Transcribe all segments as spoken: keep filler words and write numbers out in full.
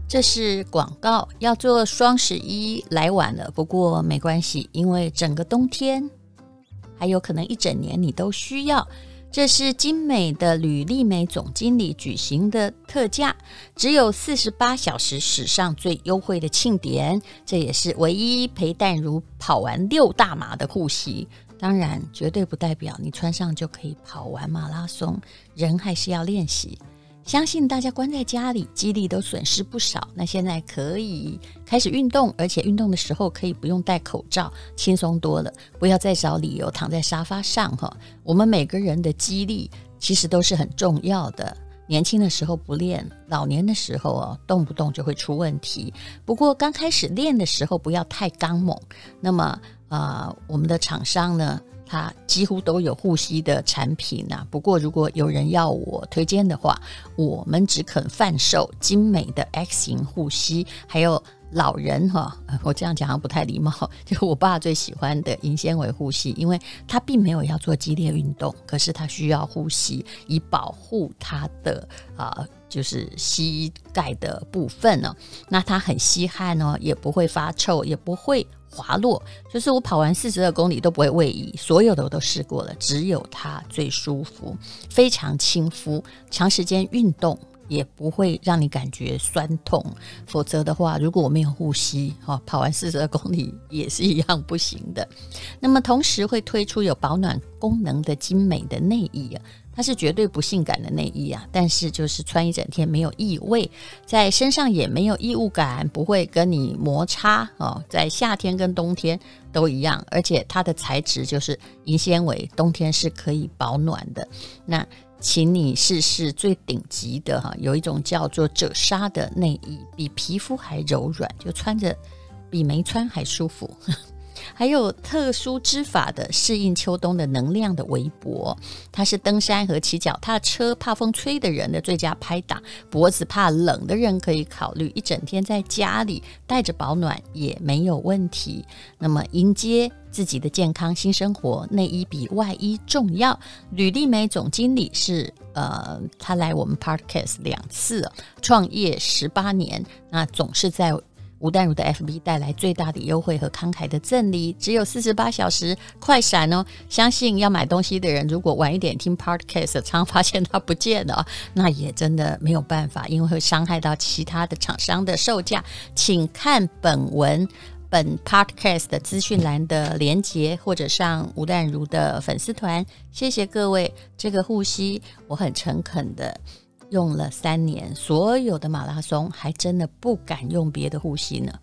这是广告，要做双十一来晚了，不过没关系，因为整个冬天还有可能一整年你都需要。这是精美的吕丽梅总经理举行的特价，只有四十八小时史上最优惠的庆典，这也是唯一陪淡如跑完六大马的护膝。当然绝对不代表你穿上就可以跑完马拉松，人还是要练习。相信大家关在家里肌力都损失不少，那现在可以开始运动，而且运动的时候可以不用戴口罩，轻松多了，不要再找理由躺在沙发上。我们每个人的肌力其实都是很重要的，年轻的时候不练，老年的时候、哦、动不动就会出问题。不过刚开始练的时候不要太刚猛。那么、呃、我们的厂商呢，它几乎都有护膝的产品啊，不过如果有人要我推荐的话，我们只肯贩售精美的 X 型护膝，还有老人哈，我这样讲好像不太礼貌，就我爸最喜欢的银纤维护膝，因为他并没有要做激烈运动，可是他需要护膝以保护他的呃就是膝盖的部分哦，那它很吸汗哦，也不会发臭，也不会滑落，就是我跑完四十二公里都不会位移，所有的我都试过了，只有它最舒服，非常亲肤，长时间运动也不会让你感觉酸痛，否则的话如果我没有护膝、哦、跑完四十二公里也是一样不行的。那么同时会推出有保暖功能的精美的内衣啊，它是绝对不性感的内衣啊，但是就是穿一整天没有异味，在身上也没有异物感，不会跟你摩擦、哦、在夏天跟冬天都一样，而且它的材质就是银纤维，冬天是可以保暖的。那请你试试最顶级的哈，有一种叫做褶纱的内衣，比皮肤还柔软，就穿着比没穿还舒服。还有特殊织法的适应秋冬的能量的围脖，它是登山和骑脚踏车怕风吹的人的最佳拍档，脖子怕冷的人可以考虑一整天在家里带着保暖也没有问题。那么迎接自己的健康新生活，内衣比外衣重要。吕丽梅总经理是呃，他来我们 Podcast 两次，创业十八年，那总是在吴淡如的 F B 带来最大的优惠和慷慨的赠礼，只有四十八小时快闪哦！相信要买东西的人，如果晚一点听 Podcast 常发现它不见了，那也真的没有办法，因为会伤害到其他的厂商的售价。请看本文本 Podcast 的资讯栏的连结，或者上吴淡如的粉丝团。谢谢各位，这个护膝我很诚恳的用了三年，所有的马拉松还真的不敢用别的护膝呢。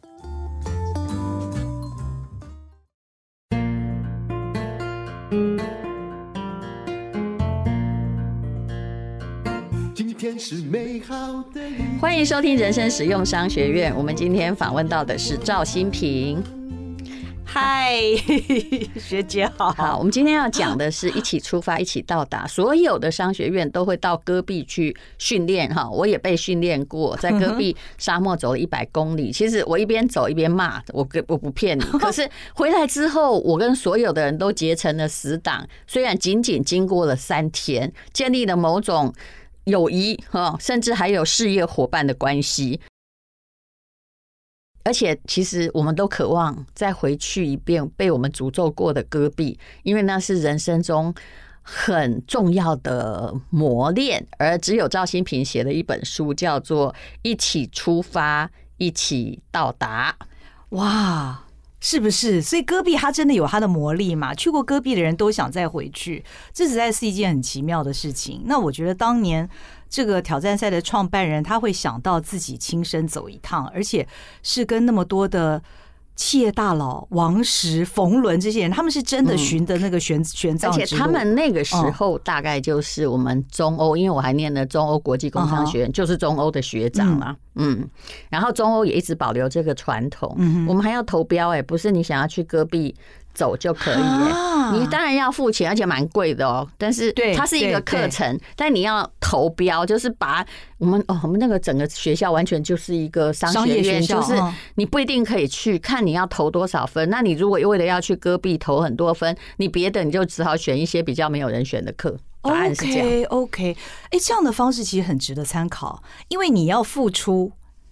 今天是美好的一天， 欢迎收听人生实用商学院。我们今天访问到的是赵心屏。 嗨，学姐好。 好，我们今天要讲的是一起出发，一起到达。所有的商学院都会到戈壁去训练哈，我也被训练过，在戈壁沙漠走了一百公里。其实我一边走一边骂，我我不骗你。可是回来之后，我跟所有的人都结成了死党，虽然仅仅经过了三天，建立了某种友谊哈，甚至还有事业伙伴的关系。而且其实我们都渴望再回去一遍被我们诅咒过的戈壁，因为那是人生中很重要的磨练。而只有赵心屏写了一本书，叫做《一起出发，一起到达》。 哇，是不是？所以戈壁它真的有它的魔力嘛？去过戈壁的人都想再回去，这实在是一件很奇妙的事情。那我觉得当年这个挑战赛的创办人，他会想到自己亲身走一趟，而且是跟那么多的企业大佬王石、冯仑这些人，他们是真的循的那个玄玄奘之路， 而且他们那个时候大概就是我们中欧，因为我还念了中欧国际工商学院，就是中欧的学长啦。嗯，然后中欧也一直保留这个传统。我们还要投标，哎，不是你想要去戈壁走就可以、欸，你当然要付钱，而且蛮贵的哦。但是它是一个课程，但你要投标，就是把我们哦，我们那个整个学校完全就是一个商学院，就是你不一定可以去，看你要投多少分。那你如果为了要去戈壁投很多分，你别的你就只好选一些比较没有人选的课。答案是这样。 OK OK， 哎，这样的方式其实很值得参考，因为你要付出。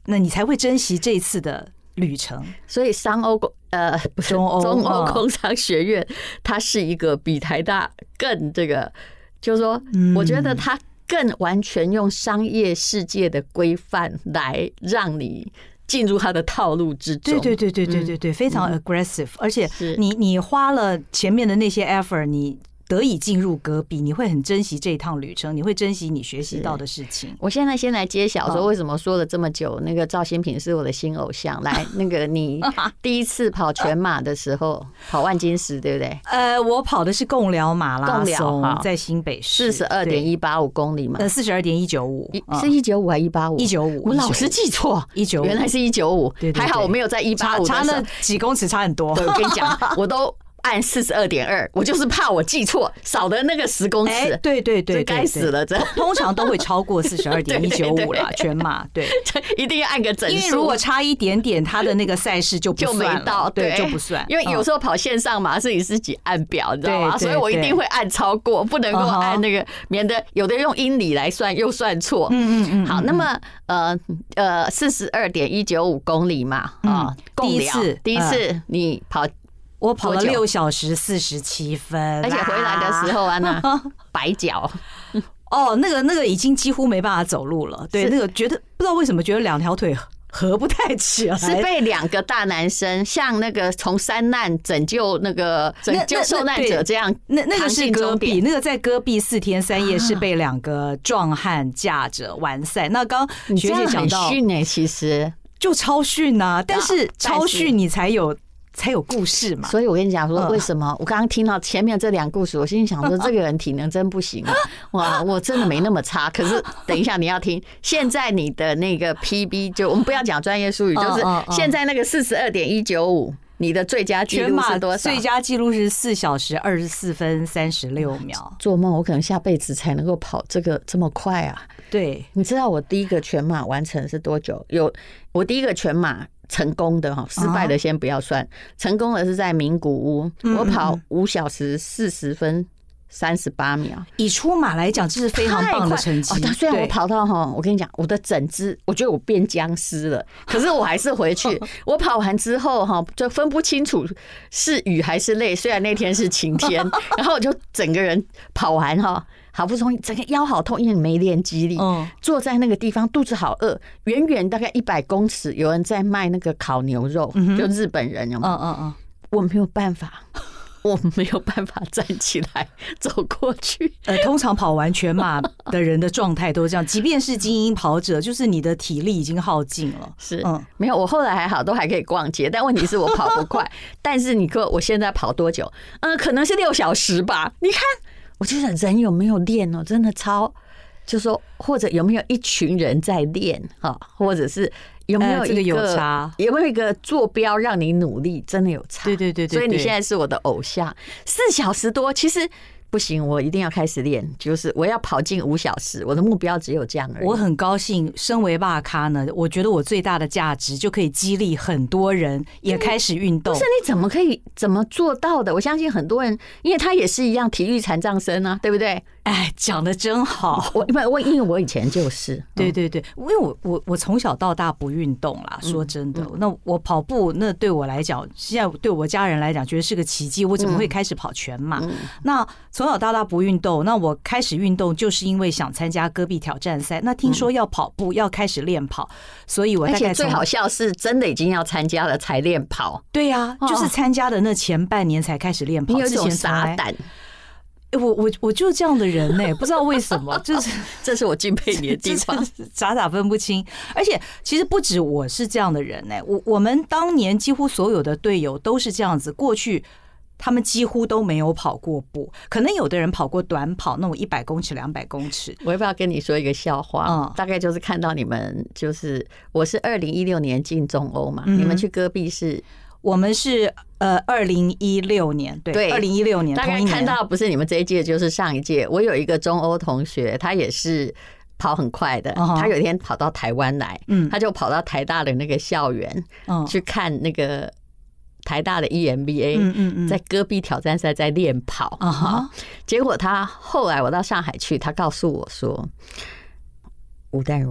那你才会珍惜这次的旅程。 所以商欧呃不是中欧中欧工商学院，它是一个比台大更这个，就是说，我觉得它更完全用商业世界的规范来让你进入他的套路之中。 对对对对对对对，非常 aggressive，而且你你花了前面的那些 effort， 你得以进入戈壁，你会很珍惜这一趟旅程，你会珍惜你学习到的事情。 我现在先来揭晓说为什么说了这么久，那个赵新平是我的新偶像。来，那个你第一次跑全马的时候，跑万金石对不对？ 呃，我跑的是贡寮马拉松，在新北市， 四十二点一八五公里嘛。 呃，四十二点一九五， 是一九五还一八五？ 一九五， 我老是记错， 一九五， 原来是一九五。还好我没有在一八五， 差那几公尺差很多。 对，我跟你讲，我都按四十二点二，我就是怕我记错，少的那个十公尺。 欸、对对对， 该死了，这通常都会超过四十二点一九五啦，全马对， 一定要按个整数。 因为如果差一点点，他的那个赛事就不算了， 就没到， 对，就不算。 因为有时候跑线上马是你自己按表，你知道吗？所以我一定会按超过，不能够按那个，免得有的用英里来算又算错。 嗯嗯嗯。 好，那么呃呃，四十二点一九五公里嘛，啊， 第一次第一次你跑。 我跑了六小时四十七分， 而且回来的时候啊，那白脚哦，那个那个已经几乎没办法走路了。对，那个觉得不知道为什么觉得两条腿合不太起来， 是被两个大男生像那个从山难拯救那个拯救受难者这样， 那那个是戈壁，那个在戈壁四天三夜是被两个壮汉架着完赛。那刚学姐讲到， 训呢，其实就超训啊，但是超训你才有。才有故事嘛， 所以我跟你讲说，为什么我刚刚听到前面这两故事，我心里想说，这个人体能真不行啊！哇，我真的没那么差。可是等一下你要听，现在你的那个 P B 就我们不要讲专业术语，就是现在那个四十二点一九五，你的最佳纪录是多少？ 最佳纪录是四小时二十四分三十六秒。 做梦，我可能下辈子才能够跑这个这么快啊！ 对， 你知道我第一个全马完成是多久？有我第一个全马。成功的哈，失败的先不要算。成功的是在名古屋，我跑五小时四十分三十八秒。 以出马来讲，这是非常棒的成绩。 哦、虽然我跑到哈，我跟你讲，我的整只，我觉得我变僵尸了，可是我还是回去。我跑完之后哈，就分不清楚是雨还是泪。虽然那天是晴天，然后我就整个人跑完哈。好不容易，整个腰好痛，因为没练肌力。嗯，坐在那个地方，肚子好饿。远远大概一百公尺，有人在卖那个烤牛肉，嗯、就日本人有没有？嗯嗯嗯，我没有办法，我没有办法站起来走过去。 呃，通常跑完全马的人的状态都是这样，即便是精英跑者，就是你的体力已经耗尽了。 是，嗯，没有，我后来还好，都还可以逛街，但问题是我跑不快。但是你说我现在跑多久？嗯，可能是六小时吧。你看。我觉得人有没有练哦，真的超，就说或者有没有一群人在练哈，或者是有没有一个有差， 有没有一个坐标让你努力，真的有差。 对对对对， 所以你现在是我的偶像，四小时多，其实。不行，我一定要开始练，就是我要跑进五小时，我的目标只有这样而已。 我很高兴，身为爸咖呢，我觉得我最大的价值就可以激励很多人也开始运动。 不是你怎么可以怎么做到的？我相信很多人，因为他也是一样体育残障生啊，对不对？ 哎，讲得真好。 我因为我因为我以前就是， 对对对，因为我我我从小到大不运动啦，说真的，那我跑步那对我来讲，现在对我家人来讲，觉得是个奇迹。我怎么会开始跑全马？那从小到大不运动，那我开始运动就是因为想参加戈壁挑战赛。那听说要跑步，要开始练跑，所以我大概而且最好笑是真的已经要参加了才练跑。 对呀、啊，就是参加的那前半年才开始练跑， 你有一种傻胆。 我我我就是这样的人呢、欸，不知道为什么，就是这是我敬佩你的地方， 傻傻分不清。而且其实不止我是这样的人呢、欸，我我们当年几乎所有的队友都是这样子，过去他们几乎都没有跑过步，可能有的人跑过短跑，那种一百公尺、两百公尺。 我要不要跟你说一个笑话？嗯，大概就是看到你们，就是我是二零一六年进中欧嘛，嗯、你们去戈壁是。 我们是呃，二零一六年，对，二零一六年， 大概看到不是你们这一届，就是上一届。我有一个中欧同学，他也是跑很快的，他有一天跑到台湾来，嗯，他就跑到台大的那个校园，嗯，去看那个台大的 E M B A， 嗯嗯嗯，在戈壁挑战赛在练跑，啊，结果他后来我到上海去，他告诉我说，吴淡如啊。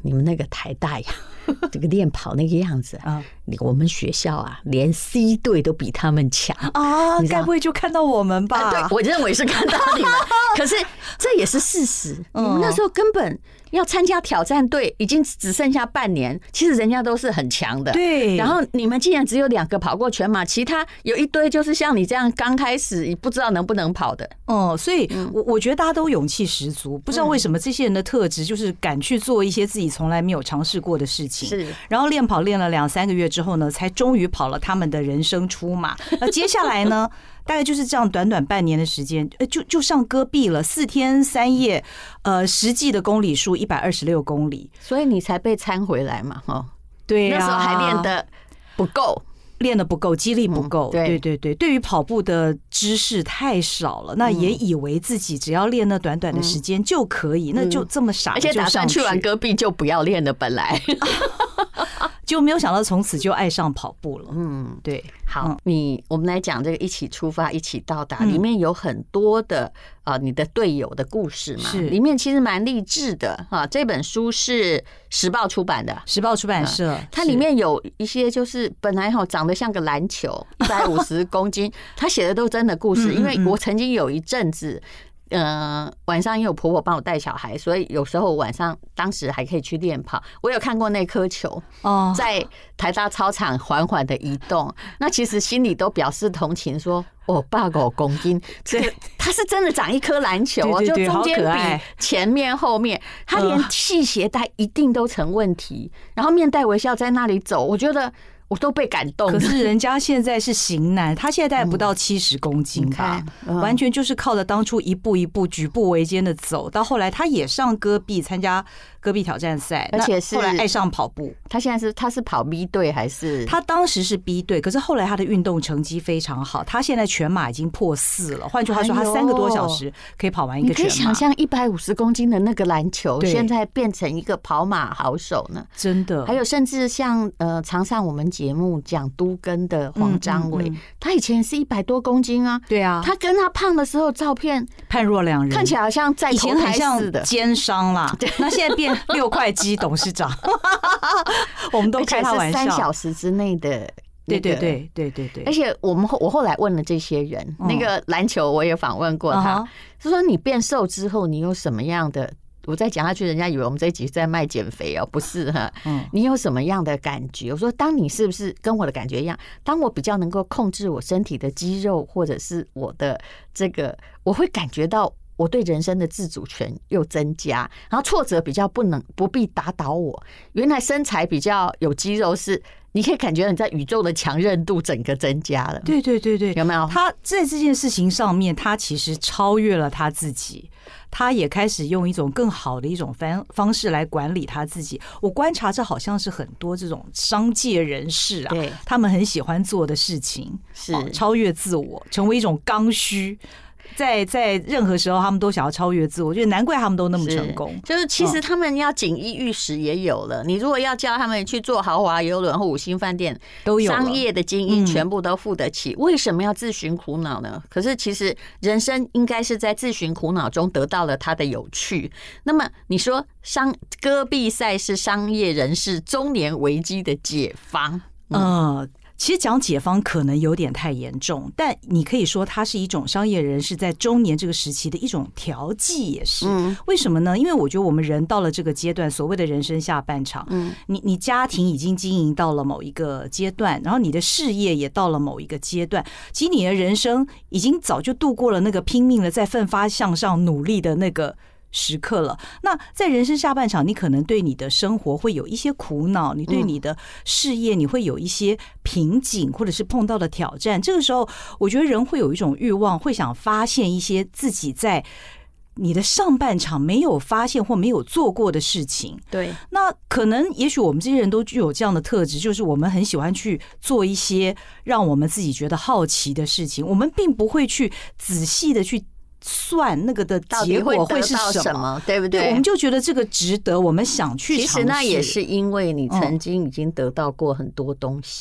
你们那个台大呀，这个练跑那个样子啊，我们学校啊，连 C 队都比他们强啊！该不会就看到我们吧？ 啊、对，我认为是看到你们，可是这也是事实。你们那时候根本要参加挑战队，已经只剩下半年，其实人家都是很强的。 对。 然后你们竟然只有两个跑过全马，其他有一堆就是像你这样刚开始不知道能不能跑的。 哦、嗯，所以我我觉得大家都勇气十足，不知道为什么这些人的特质就是敢去做一些自己从来没有尝试过的事情。 是。 然后练跑练了两三个月之后呢，才终于跑了他们的人生出马。那接下来呢，大概就是这样短短半年的时间，呃，就就上戈壁了，四天三夜，呃，实际的公里数一百二十六公里， 所以你才被参回来嘛，哈。 对呀、啊， 那时候还练得不够。 练得不够，肌力不够、嗯， 对对对对，对于跑步的知识太少了，那也以为自己只要练那短短的时间就可以，嗯、那就这么傻， 而且打算去完戈壁就不要练了，本来就没有想到从此就爱上跑步了。嗯，对。 好，嗯、你我们来讲这个一起出发，一起到达，里面有很多的啊、呃，你的队友的故事嘛， 是里面其实蛮励志的哈。这本书是时报出版的， 时报出版社， 嗯、它里面有一些就是本来哈长得像个篮球，一百五十公斤，他写的都真的故事。因为我曾经有一阵子。呃，晚上因为我婆婆帮我带小孩，所以有时候晚上当时还可以去练跑。我有看过那颗球在台大操场缓缓的移动，那其实心里都表示同情，说哦，八五公斤，这个它是真的长一颗篮球哦，就中间比前面后面，它连系鞋带一定都成问题，然后面带微笑在那里走，我觉得。我都被感动。 可是人家现在是型男，他现在大概不到七十公斤吧、嗯嗯，完全就是靠着当初一步一步举步维艰的走，到后来他也上戈壁参加戈壁挑战赛， 而且是后来爱上跑步。 他现在是他是跑 B 队还是？ 他当时是 B 队，可是后来他的运动成绩非常好，他现在全马已经破四了。换句话说，他三个多小时可以跑完一个全马。 你可以想象一百五十公斤的那个篮球，现在变成一个跑马好手呢， 真的。 还有甚至像呃常上我们节目讲都更的黄章伟、嗯嗯嗯，他以前是一百多公斤啊， 对啊， 他跟他胖的时候照片判若两人， 看起来好像在投胎似的， 奸商啦。那现在变六块肌董事长，我们都开他玩笑。 三小时之内的、那个， 对对对对对对。 而且我们我后来问了这些人，嗯、那个篮球我也访问过他，他、uh-huh. 说你变瘦之后，你有什么样的？我再讲下去，人家以为我们这一集在卖减肥哦，不是哈。嗯，你有什么样的感觉？我说，当你是不是跟我的感觉一样？当我比较能够控制我身体的肌肉，或者是我的这个，我会感觉到我对人生的自主权又增加，然后挫折比较不能不必打倒我。原来身材比较有肌肉是。你可以感觉你在宇宙的强韧度整个增加了。 对对对对， 有没有？ 他在这件事情上面，他其实超越了他自己，他也开始用一种更好的一种方方式来管理他自己。我观察这好像是很多这种商界人士啊， 对， 他们很喜欢做的事情， 是、 哦、超越自我，成为一种刚需。在在任何时候，他们都想要超越自我，我觉得难怪他们都那么成功。 是就是其实他们要锦衣玉食也有了，你如果要叫他们去做豪华游轮或五星饭店， 都有商业的精英全部都付得起。为什么要自寻苦恼呢？可是其实人生应该是在自寻苦恼中得到了它的有趣。那么你说商戈壁赛是商业人士中年危机的解方？ 嗯。其实讲解方可能有点太严重，但你可以说它是一种商业人士在中年这个时期的一种调剂，也是。为什么呢？因为我觉得我们人到了这个阶段，所谓的人生下半场，你你家庭已经经营到了某一个阶段，然后你的事业也到了某一个阶段，其实你的人生已经早就度过了那个拼命的在奋发向上努力的那个时刻了。那在人生下半场，你可能对你的生活会有一些苦恼，你对你的事业你会有一些瓶颈，或者是碰到的挑战。这个时候，我觉得人会有一种欲望，会想发现一些自己在你的上半场没有发现或没有做过的事情。 对， 那可能也许我们这些人都具有这样的特质，就是我们很喜欢去做一些让我们自己觉得好奇的事情，我们并不会去仔细的去算那个的结果会是什么， 对不对？ 我们就觉得这个值得，我们想去尝试。 其实那也是因为你曾经已经得到过很多东西，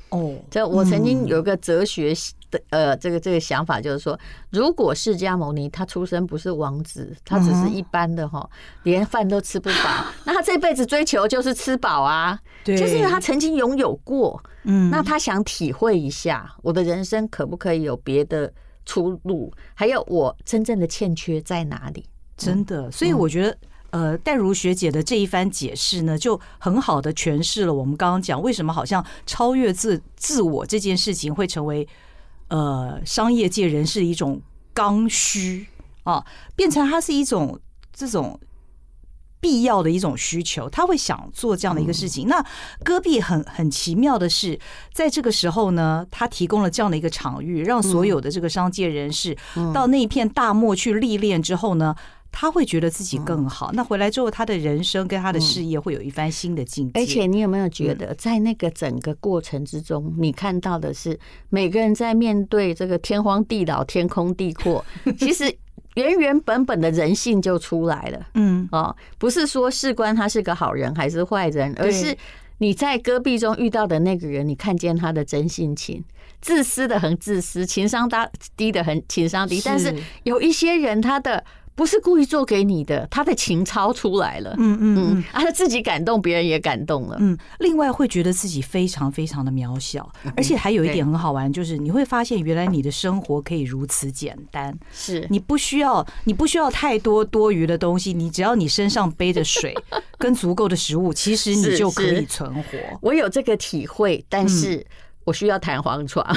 哦， 这我曾经有一个哲学的呃，这个这个想法，就是说，如果释迦牟尼他出生不是王子，他只是一般的哈，连饭都吃不饱，那他这辈子追求就是吃饱啊，就是因为他曾经拥有过，嗯，那他想体会一下，我的人生可不可以有别的出路，还有我真正的欠缺在哪里？ 真的，所以我觉得。呃，淡如学姐的这一番解释呢，就很好的诠释了我们刚刚讲为什么好像超越自自我这件事情会成为呃商业界人士的一种刚需啊，变成它是一种这种必要的一种需求，他会想做这样的一个事情。那戈壁很很奇妙的是，在这个时候呢，他提供了这样的一个场域，让所有的这个商界人士到那一片大漠去历练之后呢。他会觉得自己更好，那回来之后，他的人生跟他的事业会有一番新的境界。 而且，你有没有觉得，在那个整个过程之中，你看到的是每个人在面对这个天荒地老、天空地阔，其实原原本本的人性就出来了。嗯，哦，不是说士官他是个好人还是坏人，而是你在戈壁中遇到的那个人，你看见他的真性情。自私的很自私，情商低的很情商低，但是有一些人他的。不是故意做给你的，他的情操出来了，嗯嗯嗯，啊，他自己感动，别人也感动了， 嗯。另外会觉得自己非常非常的渺小，而且还有一点很好玩，就是你会发现原来你的生活可以如此简单， 是你不需要你不需要太多多余的东西，你只要你身上背着水跟足够的食物，其实你就可以存活。 我有这个体会，但是我需要弹簧床。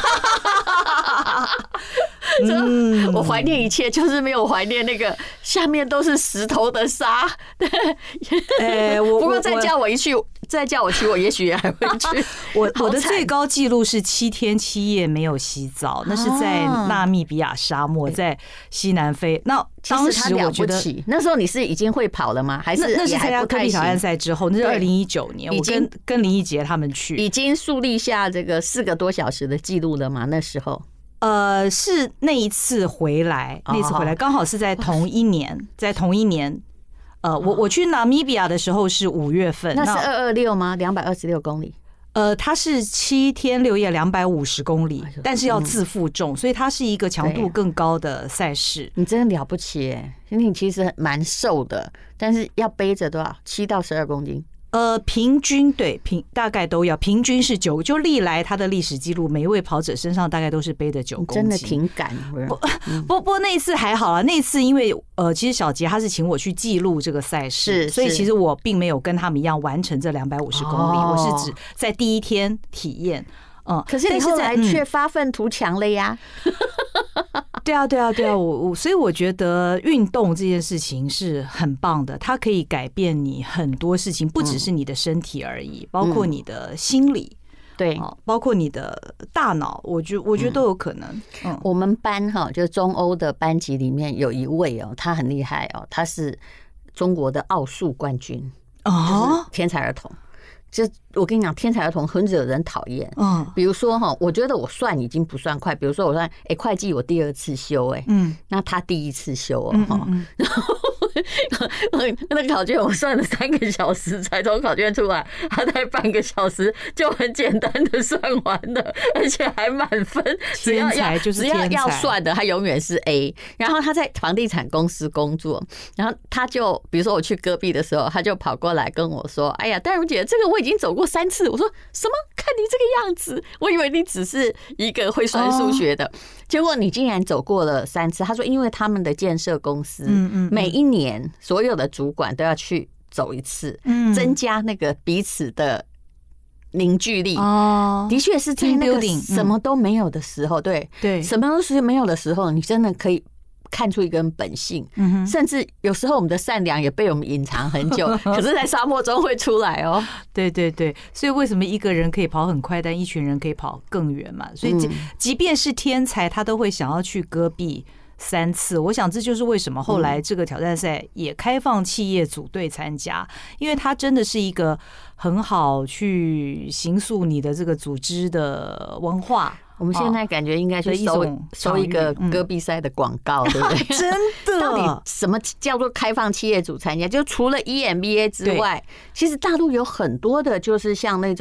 嗯，我怀念一切，就是没有怀念那个下面都是石头的沙。对，哎，我不过再叫我一去，再叫我去，我也许也还会去。 我我的最高纪录是七天七夜没有洗澡，那是在纳米比亚沙漠，在西南非。那当时我觉得， 那时候你是已经会跑了吗？还是那是参加戈壁挑战赛之后？那是二零一九年，我跟跟林义杰他们去， 已经树立下这个四个多小时的记录了吗？那时候。 呃，是那一次回来，那次回来刚好是在同一年，在同一年。呃，我我去纳米比亚的时候是五月份， 那是二二六吗？两百二十六公里。 呃，它是七天六夜，两百五十公里，但是要自负重，所以它是一个强度更高的赛事。 你真的了不起耶！你其实蛮瘦的，但是要背着多少？七到十二公斤。 呃，平均对平大概都要，平均是九，就历来他的历史记录，每一位跑者身上大概都是背的九公斤， 真的挺赶。 不不不，那一次还好啊，那一次因为呃，其实小杰他是请我去记录这个赛事，所以其实我并没有跟他们一样完成这两百五十公里，我是指在第一天体验。 嗯，可是你后来却发愤图强了呀。 对啊，对啊，对啊，我我所以我觉得运动这件事情是很棒的，它可以改变你很多事情，不只是你的身体而已，包括你的心理， 对， 包括你的大脑，我觉我觉得都有可能。 嗯，我们班哈，就是中欧的班级里面有一位哦，他很厉害哦，他是中国的奥数冠军，哦，天才儿童。就我跟你讲，天才儿童很惹人讨厌。嗯，比如说哈，我觉得我算已经不算快。比如说我算，哎，会计我第二次修，哎，嗯，那他第一次修哦，哈，然后那个考卷我算了三个小时才从考卷出来，他才半个小时就很简单的算完了，而且还满分。只要要只要要算的，他永远是 A。然后他在房地产公司工作，然后他就比如说我去戈壁的时候，他就跑过来跟我说：“哎呀，淡如姐，这个我已经走过三次。”我说：“什么？看你这个样子，我以为你只是一个会算数学的，结果你竟然走过了三次。”他说：“因为他们的建设公司，每一年所有的主管都要去走一次，增加那个彼此的凝聚力。哦，的确是在那个什么都没有的时候，对对，什么都是没有的时候，你真的可以看出一个人本性，嗯、甚至有时候我们的善良也被我们隐藏很久，可是在沙漠中会出来哦。 对对对，所以为什么一个人可以跑很快，但一群人可以跑更远嘛？所以即即便是天才，他都会想要去戈壁三次。我想这就是为什么后来这个挑战赛也开放企业组队参加，因为它真的是一个很好去形塑你的这个组织的文化。 我们现在感觉应该去收收一个戈壁赛的广告，对不对？ 真的， 到底什么叫做开放企业组参加？就除了 E M B A 之外，其实大陆有很多的，就是像那种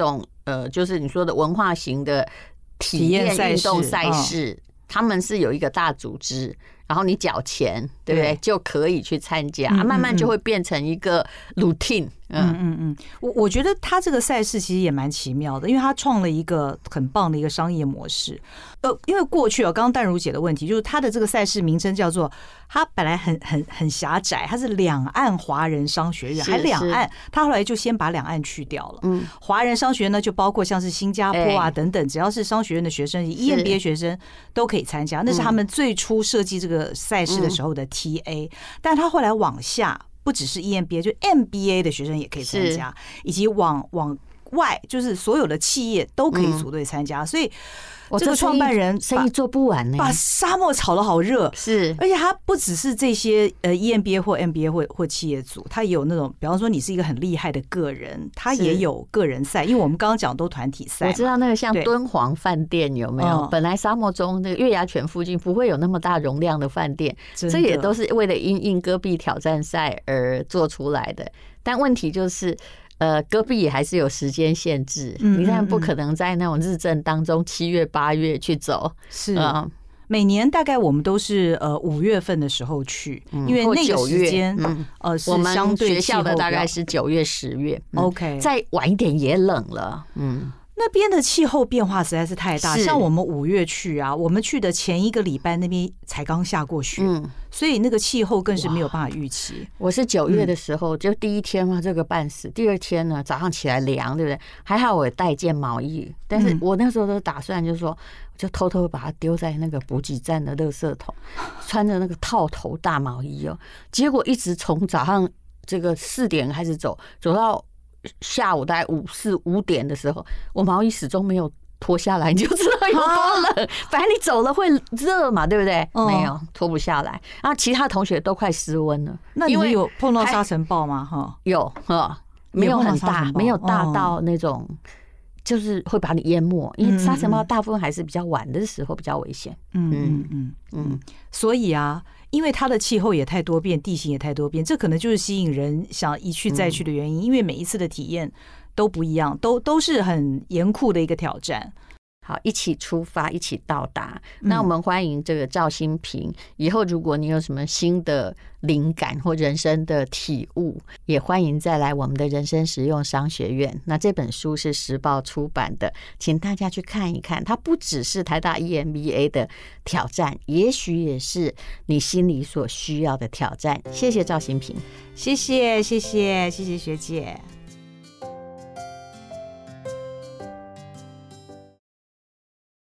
呃，就是你说的文化型的体验运动赛事，他们是有一个大组织，然后你缴钱，对不对？就可以去参加，慢慢就会变成一个 routine。 嗯嗯嗯，我我觉得他这个赛事其实也蛮奇妙的，因为他创了一个很棒的一个商业模式。呃，因为过去哦，刚刚淡如姐的问题就是他的这个赛事名称叫做，他本来很很很狭窄，它是两岸华人商学院，还两岸，他后来就先把两岸去掉了。嗯，华人商学院呢，就包括像是新加坡啊等等，只要是商学院的学生、E M B A 学生都可以参加，那是他们最初设计这个赛事的时候的 T A， 但他后来往下。不只是 E M B A， 就 M B A 的学生也可以参加，以及往往外，就是所有的企业都可以组队参加。嗯、所以这个创办人生意做不完呢， 把沙漠炒得好热。 是， 而且他不只是这些呃 E M B A 或 M B A 或或企业组，他也有那种，比方说你是一个很厉害的个人，他也有个人赛，因为我们刚刚讲都团体赛。 我知道那个像敦煌饭店有没有？嗯、本来沙漠中那个月牙泉附近不会有那么大容量的饭店，这也都是为了因应戈壁挑战赛而做出来的。但问题就是。呃，戈壁也还是有时间限制，嗯嗯嗯你看不可能在那种日正当中七月八月去走， 是啊。每年大概我们都是呃五月份的时候去，因为那个时间、嗯、呃是相对学校的大概是九月十月、嗯、 ，OK， 再晚一点也冷了，嗯。 那边的气候变化实在是太大，像我们五月去啊，我们去的前一个礼拜那边才刚下过雪，嗯，所以那个气候更是没有办法预期。 我是九月的时候，就第一天嘛，这个半死，第二天呢早上起来凉，对不对？还好我带件毛衣，但是我那时候都打算就是说，我就偷偷把它丢在那个补给站的垃圾桶，穿着那个套头大毛衣哦，结果一直从早上这个四点开始走，走到。下午大概五四五点的时候，我毛衣始终没有脱下来，你就知道有多冷。反正你走了会热嘛，对不对？哦、没有脱不下来。然后其他同学都快失温了。 那你有碰到沙尘暴吗？哈， 有哈，没有很大，没有大到那种。就是会把你淹没，因为沙尘暴大部分还是比较晚的时候比较危险。 嗯嗯嗯嗯，所以啊，因为它的气候也太多变，地形也太多变，这可能就是吸引人想一去再去的原因。因为每一次的体验都不一样，都都是很严酷的一个挑战。 好，一起出发，一起到达。那我们欢迎这个赵心屏。以后如果你有什么新的灵感或人生的体悟，也欢迎再来我们的人生实用商学院。那这本书是时报出版的，请大家去看一看。它不只是台大 E M B A 的挑战，也许也是你心里所需要的挑战。谢谢赵心屏， 谢谢谢谢谢谢学姐。